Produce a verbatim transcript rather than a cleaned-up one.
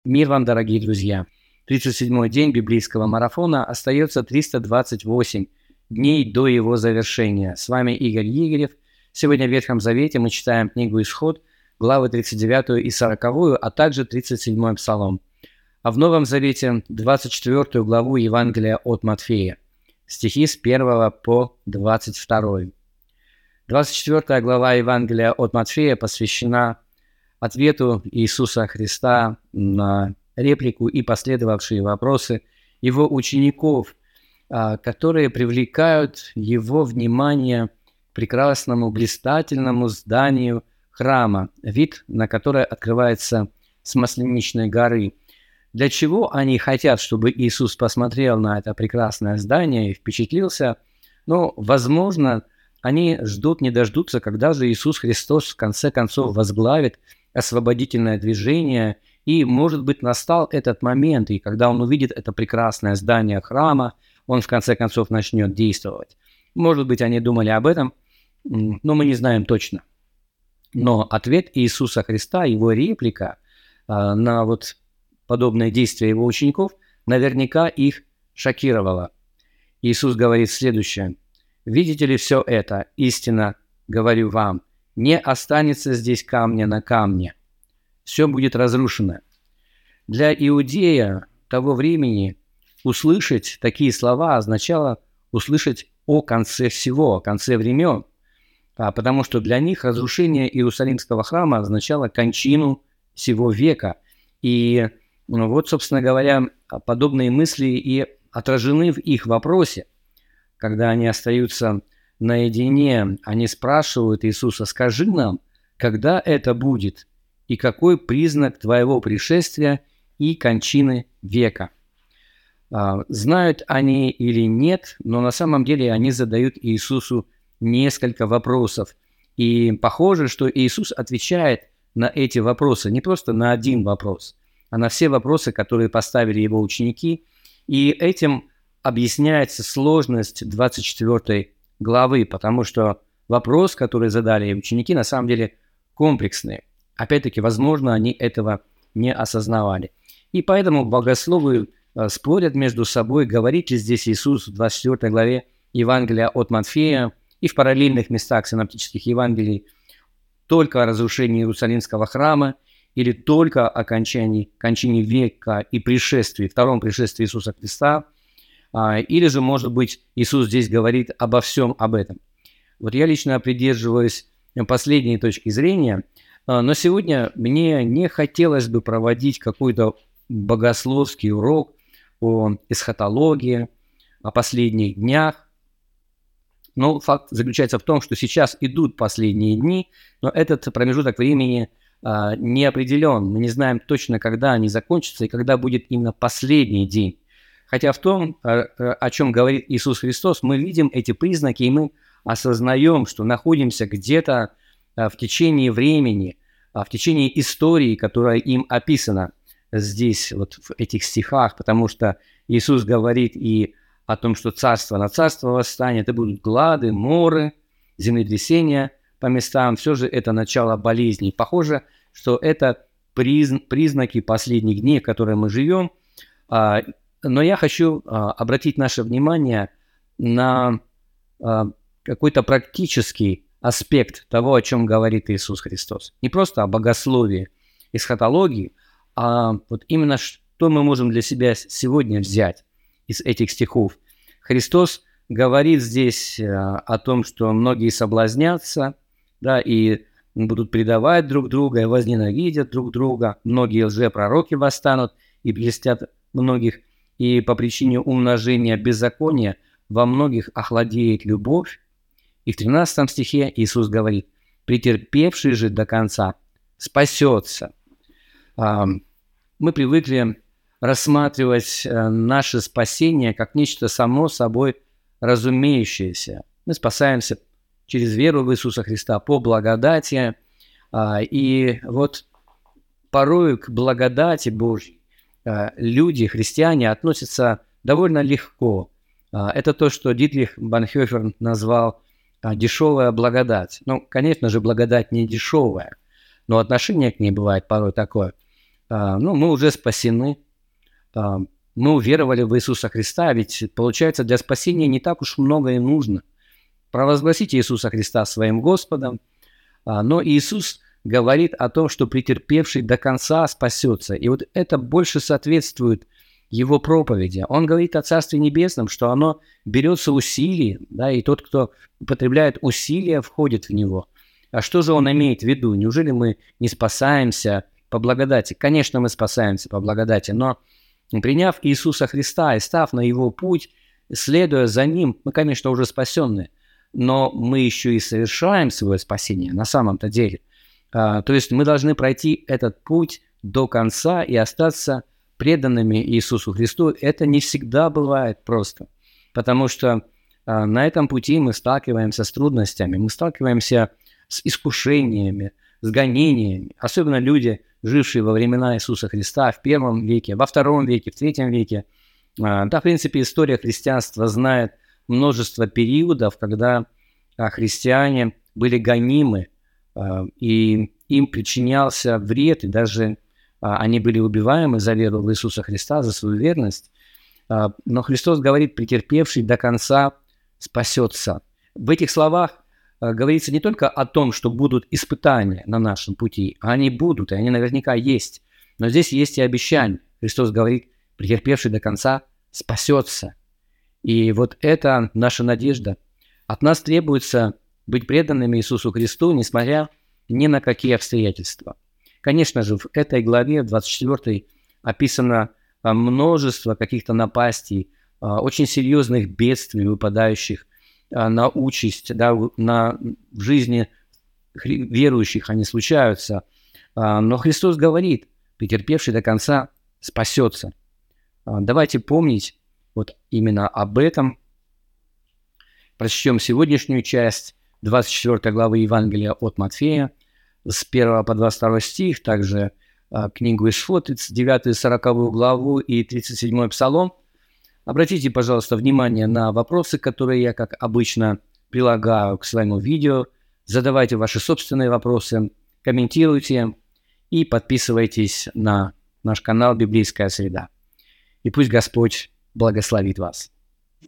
Мир вам, дорогие друзья! тридцать седьмой день библейского марафона, остается триста двадцать восемь дней до его завершения. С вами Игорь Егорев. Сегодня в Ветхом Завете мы читаем книгу Исход, главы тридцать девятую и сороковую, а также тридцать седьмой Псалом. А в Новом Завете двадцать четвёртую главу Евангелия от Матфея, стихи с первого по двадцать второй. двадцать четвёртая глава Евангелия от Матфея посвящена ответу Иисуса Христа на реплику и последовавшие вопросы его учеников, которые привлекают его внимание к прекрасному, блистательному зданию храма, вид на которое открывается с Масленичной горы. Для чего они хотят, чтобы Иисус посмотрел на это прекрасное здание и впечатлился? Ну, возможно, они ждут, не дождутся, когда же Иисус Христос в конце концов возглавит освободительное движение, и, может быть, настал этот момент, и когда он увидит это прекрасное здание храма, он в конце концов начнет действовать. Может быть, они думали об этом, но мы не знаем точно. Но ответ Иисуса Христа, его реплика э, на вот подобные действия его учеников, наверняка их шокировала. Иисус говорит следующее: «Видите ли все это? Истинно говорю вам, не останется здесь камня на камне. Все будет разрушено». Для иудея того времени услышать такие слова означало услышать о конце всего, о конце времен, потому что для них разрушение Иерусалимского храма означало кончину всего века. И ну, вот, собственно говоря, подобные мысли и отражены в их вопросе, когда они остаются наедине, они спрашивают Иисуса: «Скажи нам, когда это будет, и какой признак твоего пришествия и кончины века?» Знают они или нет, но на самом деле они задают Иисусу несколько вопросов. И похоже, что Иисус отвечает на эти вопросы, не просто на один вопрос, а на все вопросы, которые поставили его ученики. И этим объясняется сложность двадцать четвёртой главы, потому что вопрос, который задали ученики, на самом деле комплексный. Опять-таки, возможно, они этого не осознавали. И поэтому богословы э, спорят между собой, говорит ли здесь Иисус в двадцать четвёртой главе Евангелия от Матфея и в параллельных местах синоптических Евангелий только о разрушении Иерусалимского храма или только о кончании, кончине века и пришествии, втором пришествии Иисуса Христа. Или же, может быть, Иисус здесь говорит обо всем об этом. Вот я лично придерживаюсь последней точки зрения, но сегодня мне не хотелось бы проводить какой-то богословский урок о эсхатологии, о последних днях. Но факт заключается в том, что сейчас идут последние дни, но этот промежуток времени а, не определен. Мы не знаем точно, когда они закончатся и когда будет именно последний день. Хотя в том, о чем говорит Иисус Христос, мы видим эти признаки, и мы осознаем, что находимся где-то в течение времени, в течение истории, которая им описана здесь, вот в этих стихах, потому что Иисус говорит и о том, что царство на царство восстанет, и будут глады, моры, землетрясения по местам. Все же это начало болезней. Похоже, что это признаки последних дней, в которые мы живем. Но я хочу а, обратить наше внимание на а, какой-то практический аспект того, о чем говорит Иисус Христос. Не просто о богословии, эсхатологии, а вот именно что мы можем для себя сегодня взять из этих стихов. Христос говорит здесь а, о том, что многие соблазнятся, да, и будут предавать друг друга, и возненавидят друг друга. Многие лжепророки восстанут и блестят многих. И по причине умножения беззакония во многих охладеет любовь. И в тринадцатом стихе Иисус говорит: «Претерпевший же до конца спасется». Мы привыкли рассматривать наше спасение как нечто само собой разумеющееся. Мы спасаемся через веру в Иисуса Христа по благодати. И вот порою к благодати Божьей люди, христиане, относятся довольно легко. Это то, что Дитрих Бонхофер назвал дешевая благодать. Ну, конечно же, благодать не дешевая, но отношение к ней бывает порой такое. ну, мы уже спасены, мы уверовали в Иисуса Христа, ведь, получается, для спасения не так уж много и нужно. Провозгласите Иисуса Христа своим Господом, но Иисус говорит о том, что претерпевший до конца спасется. И вот это больше соответствует его проповеди. Он говорит о Царстве Небесном, что оно берется усилием, да, и тот, кто употребляет усилия, входит в него. А что же он имеет в виду? Неужели мы не спасаемся по благодати? Конечно, мы спасаемся по благодати, но приняв Иисуса Христа и став на его путь, следуя за ним, мы, конечно, уже спасенные, но мы еще и совершаем свое спасение на самом-то деле. А, то есть мы должны пройти этот путь до конца и остаться преданными Иисусу Христу. Это не всегда бывает просто, потому что а, на этом пути мы сталкиваемся с трудностями, мы сталкиваемся с искушениями, с гонениями. Особенно люди, жившие во времена Иисуса Христа в первом веке, во втором веке, в третьем веке. А, да, в принципе, история христианства знает множество периодов, когда а, христиане были гонимы, а, и им причинялся вред, и даже а, они были убиваемы за веру в Иисуса Христа, за свою верность. А, но Христос говорит, претерпевший до конца спасется. В этих словах а, говорится не только о том, что будут испытания на нашем пути, а они будут, и они наверняка есть. Но здесь есть и обещание. Христос говорит, претерпевший до конца спасется. И вот это наша надежда. От нас требуется быть преданными Иисусу Христу, несмотря ни на какие обстоятельства. Конечно же, в этой главе, в двадцать четвёртой, описано множество каких-то напастей, очень серьезных бедствий, выпадающих на участь, да, на, в жизни верующих они случаются. Но Христос говорит, претерпевший до конца спасется. Давайте помнить вот именно об этом. Прочтем сегодняшнюю часть двадцать четвёртой главы Евангелия от Матфея, с первого по двадцать второй стих, также а, книгу Исход, тридцать девятую, сороковую главу и тридцать седьмой Псалом. Обратите, пожалуйста, внимание на вопросы, которые я, как обычно, прилагаю к своему видео. Задавайте ваши собственные вопросы, комментируйте и подписывайтесь на наш канал «Библейская среда». И пусть Господь благословит вас.